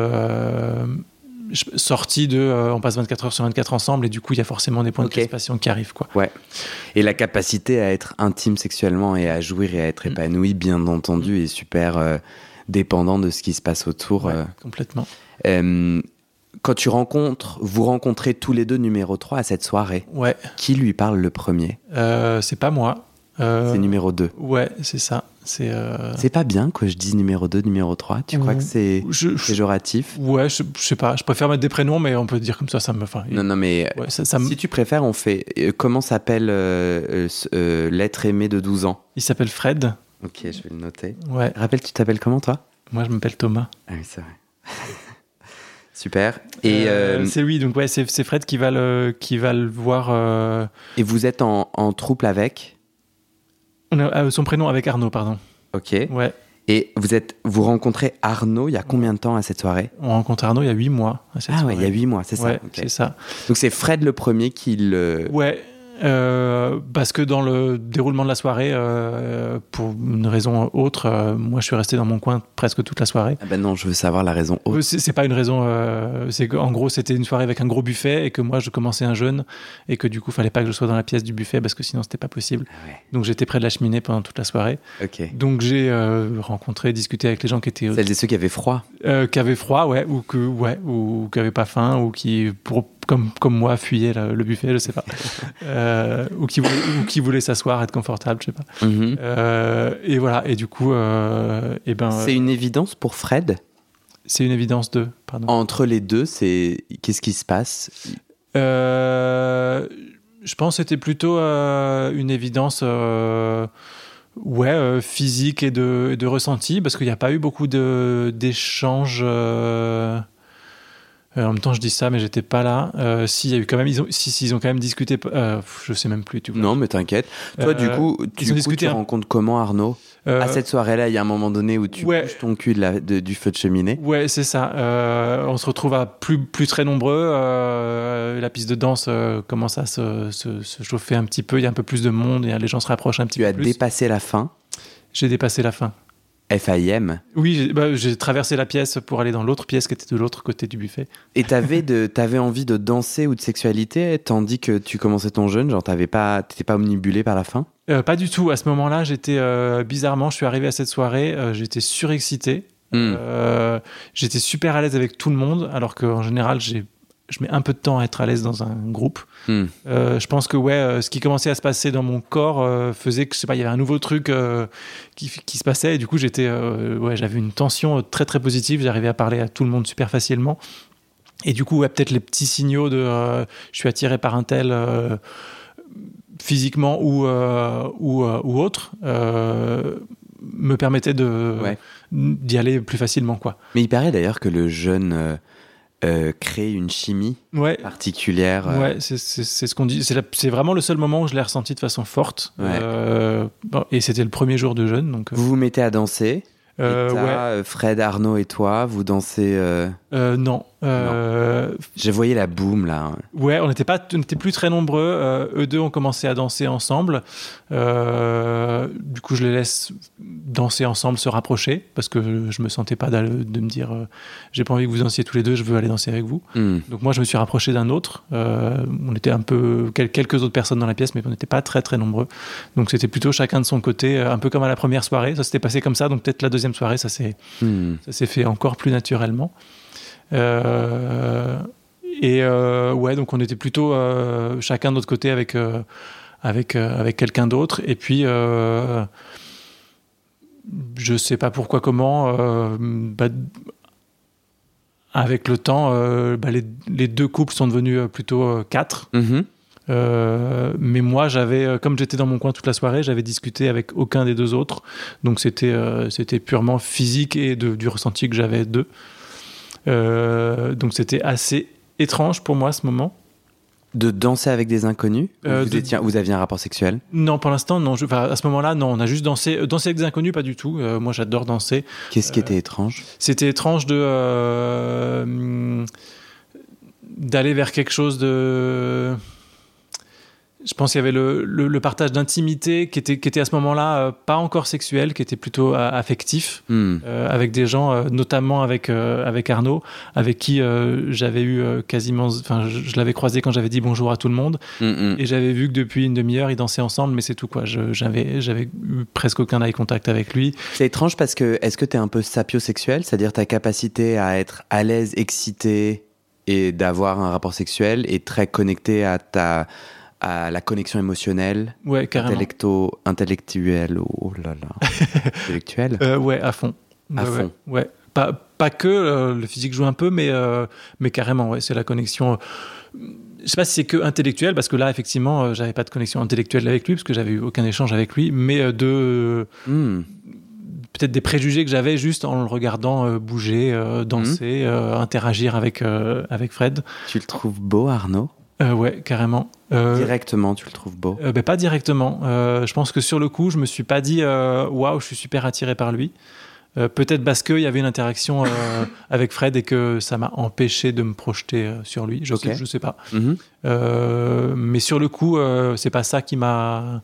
sorti on passe 24 heures sur 24 ensemble, et du coup il y a forcément des points de crispation qui arrivent, quoi. Ouais. Et la capacité à être intime sexuellement et à jouir et à être épanoui, bien entendu, est super dépendant de ce qui se passe autour. Ouais, complètement. Quand vous rencontrez tous les deux numéro 3 à cette soirée, qui lui parle le premier? C'est pas moi. C'est numéro 2. Ouais, c'est ça. C'est pas bien que je dise numéro 2, numéro 3. Tu crois que c'est péjoratif? Ouais, je sais pas. Je préfère mettre des prénoms, mais on peut dire comme ça, ça me... Non, mais si tu préfères, on fait... comment s'appelle l'être aimé de 12 ans? Il s'appelle Fred. Ok, je vais le noter. Ouais. Rappelle, tu t'appelles comment, toi? Moi, je m'appelle Thomas. Ah oui, c'est vrai. Super. Et c'est lui, donc c'est Fred qui va le voir. Et vous êtes en trouble avec? On a son prénom avec Arnaud, pardon. Ok. Ouais. Et vous rencontrez Arnaud il y a combien de temps à cette soirée? On rencontre Arnaud il y a 8 mois à cette soirée. Ouais, il y a 8 mois, c'est ça. Ouais, c'est ça. Donc c'est Fred le premier qui le... Ouais. Parce que dans le déroulement de la soirée, pour une raison autre, moi je suis resté dans mon coin presque toute la soirée. Ah ben non, je veux savoir la raison autre. C'est pas une raison, c'est qu'en gros c'était une soirée avec un gros buffet et que moi je commençais un jeûne et que du coup fallait pas que je sois dans la pièce du buffet parce que sinon c'était pas possible. Ah ouais. Donc j'étais près de la cheminée pendant toute la soirée. Okay. Donc j'ai rencontré, discuté avec les gens qui étaient... Celles et ceux qui avaient froid. Qui avaient froid, ou qui avaient pas faim, ou qui... Comme moi, fuyaient le buffet, je sais pas. Ou qui voulaient s'asseoir, être confortable, je sais pas. Mm-hmm. Et voilà, et du coup... c'est une évidence pour Fred? C'est une évidence pardon. Entre les deux, qu'est-ce qui se passe? Je pense que c'était plutôt une évidence... physique et de ressenti, parce qu'il n'y a pas eu beaucoup d'échanges... en même temps, je dis ça, mais j'étais pas là. Il y a eu quand même, ils ont quand même discuté. Je sais même plus. Tu vois. Non, mais t'inquiète. Toi, du coup, tu rencontres comment Arnaud? À cette soirée-là, il y a un moment donné où tu bouges ton cul du feu de cheminée. Ouais, c'est ça. On se retrouve à plus très nombreux. La piste de danse commence à se chauffer un petit peu. Il y a un peu plus de monde et les gens se rapprochent un petit peu plus. Tu as dépassé la fin? J'ai dépassé la fin. FAIM. Oui, j'ai traversé la pièce pour aller dans l'autre pièce qui était de l'autre côté du buffet. Et t'avais envie de danser ou de sexualité tandis que tu commençais ton jeûne, genre t'étais pas omnibulé par la fin? Pas du tout. À ce moment-là, j'étais bizarrement, je suis arrivé à cette soirée, j'étais surexcité. J'étais super à l'aise avec tout le monde, alors qu'en général, je mets un peu de temps à être à l'aise dans un groupe. Je pense que ce qui commençait à se passer dans mon corps faisait que, je sais pas, il y avait un nouveau truc qui se passait, et du coup j'avais une tension très très positive, j'arrivais à parler à tout le monde super facilement, Et du coup, peut-être les petits signaux de je suis attiré par un tel physiquement ou autre me permettaient d'y aller plus facilement, quoi. Mais il paraît d'ailleurs que le jeûne crée une chimie particulière. Ouais, c'est ce qu'on dit. C'est vraiment le seul moment où je l'ai ressenti de façon forte. Et c'était le premier jour de jeûne. Donc, vous vous mettez à danser. Fred, Arnaud et toi, vous dansez Non. Je voyais la boum là. Ouais, on n'était plus très nombreux. Eux deux ont commencé à danser ensemble. Du coup, je les laisse danser ensemble, se rapprocher, parce que je me sentais pas de me dire j'ai pas envie que vous dansiez tous les deux, je veux aller danser avec vous. Donc moi, je me suis rapproché d'un autre. On était un peu quelques autres personnes dans la pièce, mais on n'était pas très très nombreux. Donc c'était plutôt chacun de son côté, un peu comme à la première soirée. Ça s'était passé comme ça. Donc peut-être la deuxième soirée, ça s'est fait encore plus naturellement. Donc on était plutôt chacun de notre côté avec quelqu'un d'autre. Et puis je sais pas pourquoi comment avec le temps les deux couples sont devenus plutôt quatre. Mais moi comme j'étais dans mon coin toute la soirée, j'avais discuté avec aucun des deux autres, donc c'était purement physique et du ressenti que j'avais d'eux. Donc c'était assez étrange pour moi à ce moment. De danser avec des inconnus vous aviez un rapport sexuel? Non, pour l'instant, non. À ce moment-là, non. On a juste dansé. Danser avec des inconnus, pas du tout. Moi, j'adore danser. Qu'est-ce qui était étrange? C'était étrange d'aller vers quelque chose de... Je pense qu'il y avait le partage d'intimité qui était à ce moment-là pas encore sexuel, qui était plutôt affectif, avec des gens, notamment avec Arnaud, avec qui j'avais eu quasiment... Enfin, je l'avais croisé quand j'avais dit bonjour à tout le monde, et j'avais vu que depuis une demi-heure, ils dansaient ensemble, mais c'est tout, quoi. J'avais eu presque aucun eye contact avec lui. C'est étrange parce que, est-ce que t'es un peu sapiosexuel, c'est-à-dire ta capacité à être à l'aise, excité, et d'avoir un rapport sexuel, et très connecté à la connexion émotionnelle, intellectuelle, oh là là, intellectuelle. À fond. À fond. Ouais. Pas que le physique joue un peu, mais carrément, ouais, c'est la connexion. Je sais pas si c'est que intellectuel, parce que là, effectivement, j'avais pas de connexion intellectuelle avec lui, parce que j'avais eu aucun échange avec lui, mais peut-être des préjugés que j'avais juste en le regardant bouger, danser, interagir avec Fred. Tu le trouves beau, Arnaud? Ouais, carrément. Directement, tu le trouves beau? Pas directement. Je pense que sur le coup, je me suis pas dit waouh, je suis super attiré par lui. Peut-être parce qu'il y avait une interaction avec Fred et que ça m'a empêché de me projeter sur lui. Je sais pas. Mais sur le coup, c'est pas ça qui m'a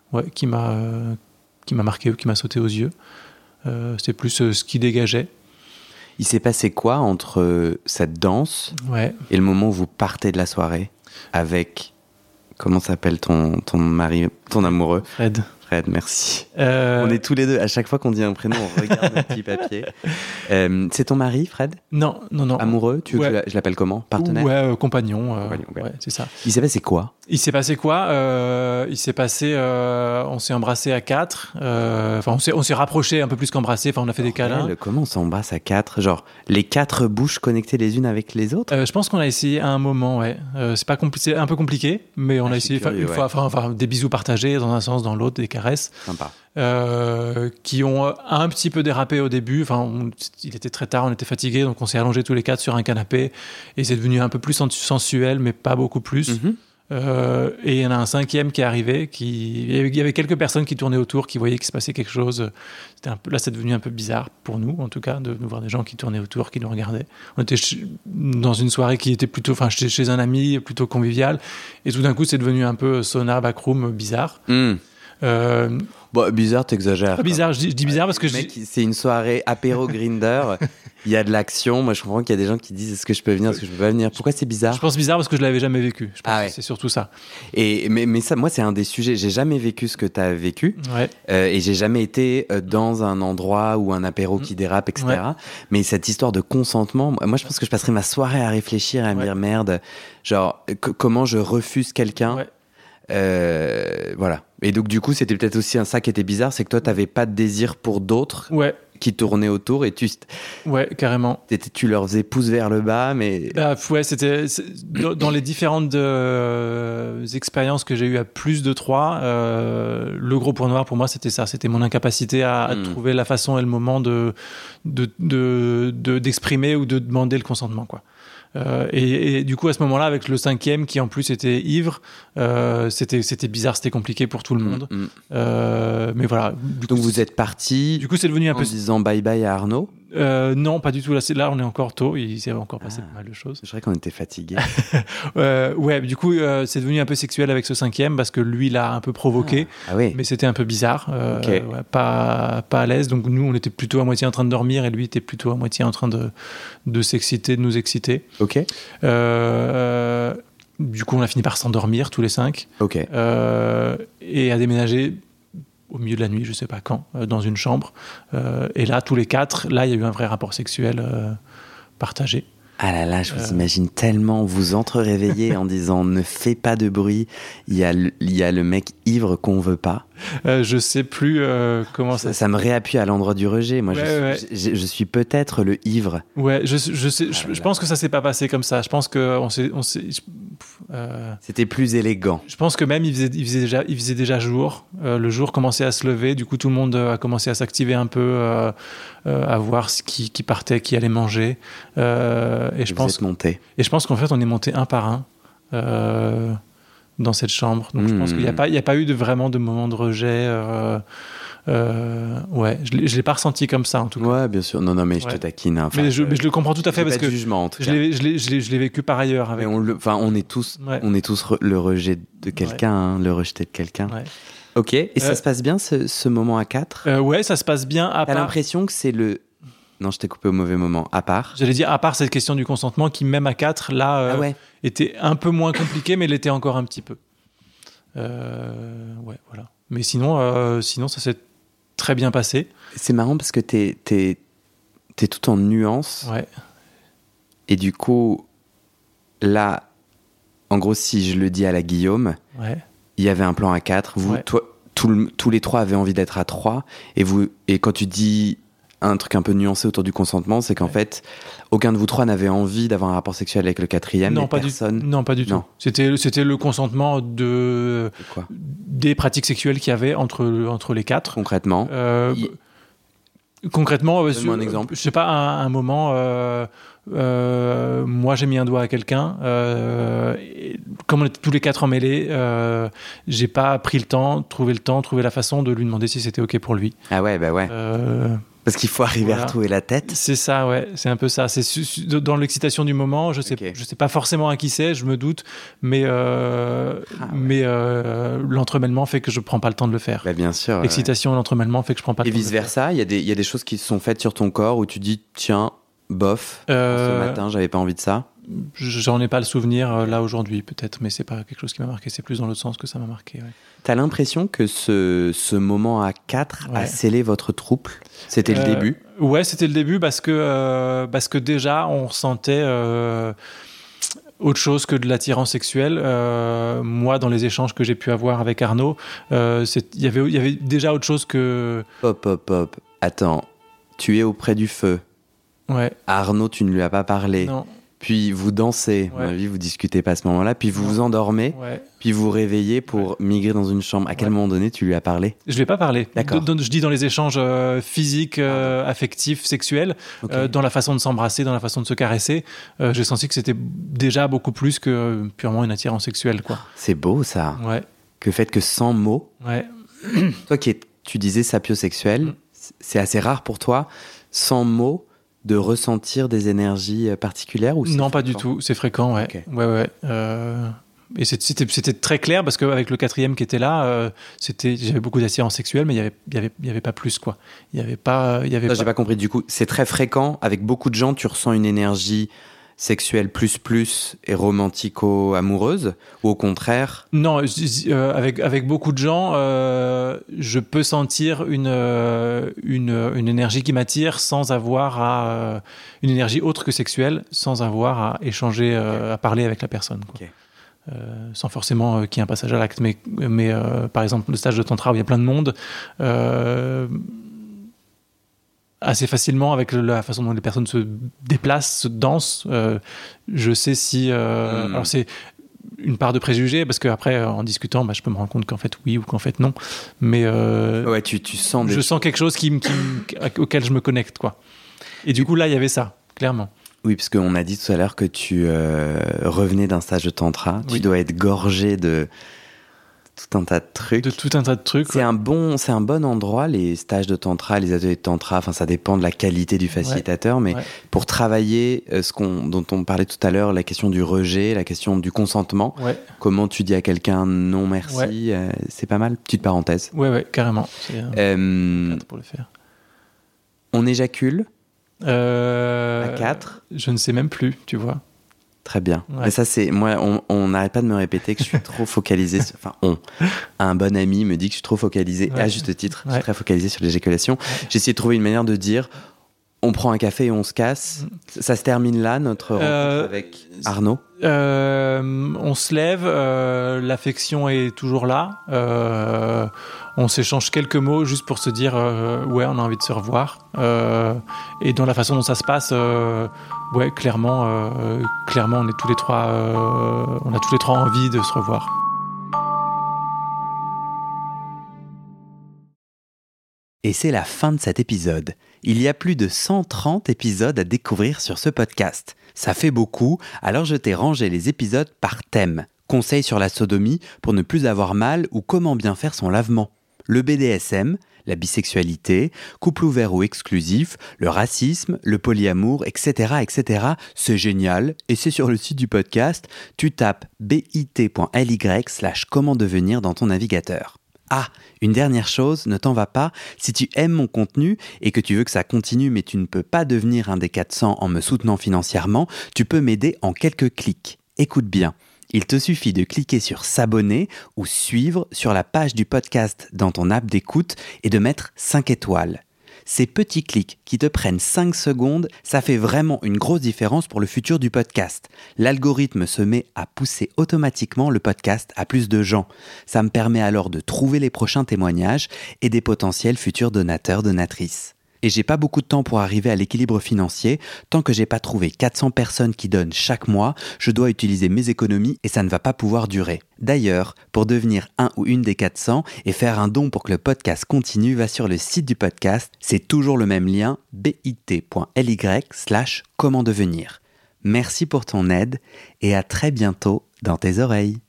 marqué ou qui m'a sauté aux yeux. C'est plus ce qui dégageait. Il s'est passé quoi entre cette danse et le moment où vous partez de la soirée avec, comment s'appelle ton mari, ton amoureux? Fred, merci. On est tous les deux, à chaque fois qu'on dit un prénom, on regarde le petit papier. C'est ton mari, Fred? Non. Amoureux? Je l'appelle comment? Partenaire? Ouais, compagnon. Ouais, c'est ça. Il s'est passé quoi? Il s'est passé, on s'est embrassé à 4. On s'est rapproché un peu plus qu'embrassé. On a fait des câlins. Comment on s'embrasse à 4? Genre, les 4 bouches connectées les unes avec les autres? Je pense qu'on a essayé à un moment, ouais. C'est un peu compliqué, mais on a essayé une fois, des bisous partagés dans un sens, dans l'autre, des caresses. Sympa. Qui ont un petit peu dérapé au début. Il était très tard, on était fatigués, donc on s'est allongés tous les 4 sur un canapé et c'est devenu un peu plus sensuel, mais pas beaucoup plus. Et il y en a un 5e qui est arrivé. Il y avait quelques personnes qui tournaient autour, qui voyaient qu'il se passait quelque chose. Là, c'est devenu un peu bizarre pour nous, en tout cas, de voir des gens qui tournaient autour, qui nous regardaient. On était dans une soirée qui était plutôt, chez un ami, plutôt convivial, et tout d'un coup, c'est devenu un peu sauna, backroom, bizarre. Bizarre, t'exagères. Bizarre, je dis bizarre parce que c'est une soirée apéro Grindr. Il y a de l'action. Moi, je comprends qu'il y a des gens qui disent est-ce que je peux venir, est-ce que je peux pas venir. Pourquoi c'est bizarre? Je pense bizarre parce que je l'avais jamais vécu. Je pense que c'est surtout ça. Mais ça, moi, c'est un des sujets. J'ai jamais vécu ce que t'as vécu. Et j'ai jamais été dans un endroit ou un apéro qui dérape, etc. Mais cette histoire de consentement, moi, je pense que je passerai ma soirée à réfléchir, à me dire merde, genre comment je refuse quelqu'un. Voilà. Et donc du coup c'était peut-être aussi ça qui était bizarre, c'est que toi t'avais pas de désir pour d'autres qui tournaient autour et Ouais, carrément. Tu leur faisais pouce vers le bas, mais... Ouais, dans les différentes expériences que j'ai eues à plus de 3, le gros point noir pour moi, c'était ça. C'était mon incapacité à trouver la façon et le moment d'exprimer ou de demander le consentement, quoi. Et du coup, à ce moment-là, avec le 5e qui en plus était ivre, c'était bizarre, c'était compliqué pour tout le monde. Mais voilà. Donc vous êtes parti. Du coup, c'est devenu un peu. En disant bye bye à Arnaud. Non, pas du tout. Là, on est encore tôt. Il s'est encore passé pas mal de choses. Je dirais qu'on était fatigués. Ouais, du coup, c'est devenu un peu sexuel avec ce 5e parce que lui l'a un peu provoqué. Oui. Mais c'était un peu bizarre. Ouais, pas à l'aise. Donc nous, on était plutôt à moitié en train de dormir et lui était plutôt à moitié en train de s'exciter, de nous exciter. Ok. Du coup, on a fini par s'endormir tous les 5. Ok. Et à déménager au milieu de la nuit, je sais pas quand, dans une chambre. Et là, tous les 4, là, il y a eu un vrai rapport sexuel partagé. Ah là là, je vous imagine tellement vous entre-réveiller en disant ne fais pas de bruit, il y a le mec ivre qu'on veut pas. Je sais plus comment ça. Ça me réappuie à l'endroit du rejet. Moi, je suis peut-être le ivre. Ouais, je sais. Je pense que ça s'est pas passé comme ça. Je pense que on s'est. C'était plus élégant. Je pense que même il faisait déjà jour. Le jour commençait à se lever. Du coup, tout le monde a commencé à s'activer un peu, à voir ce qui partait, qui allait manger. Et je pense qu'en fait, on est monté un par un dans cette chambre. Donc, je pense qu'il n'y a pas eu vraiment de moment de rejet. Ouais, je l'ai pas ressenti comme ça en tout cas. Ouais, bien sûr. Non, mais je te taquine. Enfin, mais je le comprends tout à fait parce que jugement, en tout cas. Je l'ai vécu par ailleurs. Avec... on est tous le rejet de quelqu'un, le rejeté de quelqu'un. Ouais. Ok. Et ça se passe bien ce moment à 4 Ouais, ça se passe bien. T'as l'impression que c'est le. Non, je t'ai coupé au mauvais moment. À part. J'allais dire à part cette question du consentement qui même à 4 là était un peu moins compliquée, mais l'était encore un petit peu. Ouais, voilà. Mais sinon ça s'est très bien passé. C'est marrant parce que t'es tout en nuances. Ouais. Et du coup, là, en gros, si je le dis à la Guillaume, il y avait un plan à 4. Vous, toi, tous les 3 avaient envie d'être à 3. Et quand tu dis un truc un peu nuancé autour du consentement, c'est qu'en fait, aucun de vous 3 n'avait envie d'avoir un rapport sexuel avec le 4e. Non, pas du tout. C'était le consentement des pratiques sexuelles qu'il y avait entre les 4. Concrètement Concrètement, donne-moi un exemple. Je sais pas, à un moment, moi j'ai mis un doigt à quelqu'un. Comme on était tous les 4 emmêlés, j'ai pas pris le temps, trouvé la façon de lui demander si c'était ok pour lui. Ah ouais, bah ouais. Parce qu'il faut arriver à retrouver la tête. C'est ça, ouais. C'est un peu ça. C'est dans l'excitation du moment. Je sais pas forcément à qui c'est, je me doute, mais l'entremêlement fait que je prends pas le temps de le faire. Bah bien sûr. L'excitation et l'entremêlement fait que je prends pas le temps. Et vice versa, il y a des choses qui se sont faites sur ton corps où tu dis tiens, bof, ce matin, j'avais pas envie de ça. J'en ai pas le souvenir là aujourd'hui peut-être, mais c'est pas quelque chose qui m'a marqué. C'est plus dans l'autre sens que ça m'a marqué. Ouais. T'as l'impression que ce moment à 4 a scellé votre trouble? C'était le début? Ouais, c'était le début parce que déjà on ressentait autre chose que de l'attirance sexuelle. Moi, dans les échanges que j'ai pu avoir avec Arnaud, il y avait déjà autre chose que... Hop. Attends, tu es auprès du feu. Ouais. Arnaud, tu ne lui as pas parlé. Non. Puis vous dansez, à mon avis, vous discutez pas à ce moment-là, puis vous vous endormez, puis vous vous réveillez pour migrer dans une chambre. À quel moment donné tu lui as parlé? Je lui ai pas parlé. D'accord. Je dis dans les échanges physiques, affectifs, sexuels, dans la façon de s'embrasser, dans la façon de se caresser, j'ai senti que c'était déjà beaucoup plus que purement une attirance sexuelle, quoi. C'est beau ça. Ouais. Que fait que sans mots. Ouais. Toi tu disais sapiosexuel, c'est assez rare pour toi, sans mots, de ressentir des énergies particulières ou non, pas du tout. C'est fréquent, ouais. Okay. Ouais. Et c'était très clair parce qu'avec le 4e qui était là, j'avais beaucoup d'attirance sexuelle, mais il y avait pas plus, quoi. Il y avait pas. J'ai pas compris. Du coup, c'est très fréquent. Avec beaucoup de gens, tu ressens une énergie sexuelle plus et romantico-amoureuse, ou au contraire? Non, avec beaucoup de gens, je peux sentir une énergie qui m'attire sans avoir une énergie autre que sexuelle, sans avoir à échanger, à parler avec la personne, quoi. Okay. Sans forcément qu'il y ait un passage à l'acte, mais par exemple le stage de tantra où il y a plein de monde, assez facilement avec la façon dont les personnes se déplacent, se dansent. Je sais si... Alors c'est une part de préjugé, parce qu'après, en discutant, je peux me rendre compte qu'en fait oui ou qu'en fait non. Mais ouais, tu sens je sens quelque chose auquel je me connecte, quoi. Et du coup, là, il y avait ça, clairement. Oui, parce qu'on a dit tout à l'heure que tu revenais d'un stage de tantra. Oui. Tu dois être gorgé de tout un tas de trucs. De tout un tas de trucs. C'est un bon endroit, les stages de tantra, les ateliers de tantra. Enfin, ça dépend de la qualité du facilitateur, mais pour travailler dont on parlait tout à l'heure, la question du rejet, la question du consentement. Ouais. Comment tu dis à quelqu'un non merci, c'est pas mal. Petite parenthèse. Ouais, carrément. C'est pour le faire. On éjacule à 4. Je ne sais même plus, tu vois. Très bien. Ouais. Mais ça, c'est moi. On n'arrête pas de me répéter que je suis trop focalisé. Un bon ami me dit que je suis trop focalisé, à juste titre. Je suis très focalisé sur l'éjaculation. Ouais. J'ai essayé de trouver une manière de dire on prend un café et on se casse. Ça se termine là, notre rencontre avec Arnaud. On se lève, l'affection est toujours là. On s'échange quelques mots juste pour se dire on a envie de se revoir. Et dans la façon dont ça se passe, clairement, on est tous les trois, on a tous les trois envie de se revoir. Et c'est la fin de cet épisode. Il y a plus de 130 épisodes à découvrir sur ce podcast. Ça fait beaucoup, alors je t'ai rangé les épisodes par thème. Conseils sur la sodomie pour ne plus avoir mal ou comment bien faire son lavement. Le BDSM, la bisexualité, couple ouvert ou exclusif, le racisme, le polyamour, etc. C'est génial et c'est sur le site du podcast. Tu tapes bit.ly/comment devenir dans ton navigateur. Ah, une dernière chose, ne t'en va pas, si tu aimes mon contenu et que tu veux que ça continue mais tu ne peux pas devenir un des 400 en me soutenant financièrement, tu peux m'aider en quelques clics. Écoute bien, il te suffit de cliquer sur s'abonner ou suivre sur la page du podcast dans ton app d'écoute et de mettre 5 étoiles. Ces petits clics qui te prennent 5 secondes, ça fait vraiment une grosse différence pour le futur du podcast. L'algorithme se met à pousser automatiquement le podcast à plus de gens. Ça me permet alors de trouver les prochains témoignages et des potentiels futurs donateurs, donatrices. Et j'ai pas beaucoup de temps pour arriver à l'équilibre financier. Tant que j'ai pas trouvé 400 personnes qui donnent chaque mois, je dois utiliser mes économies et ça ne va pas pouvoir durer. D'ailleurs, pour devenir un ou une des 400 et faire un don pour que le podcast continue, va sur le site du podcast. C'est toujours le même lien, bit.ly/comment devenir. Merci pour ton aide et à très bientôt dans tes oreilles.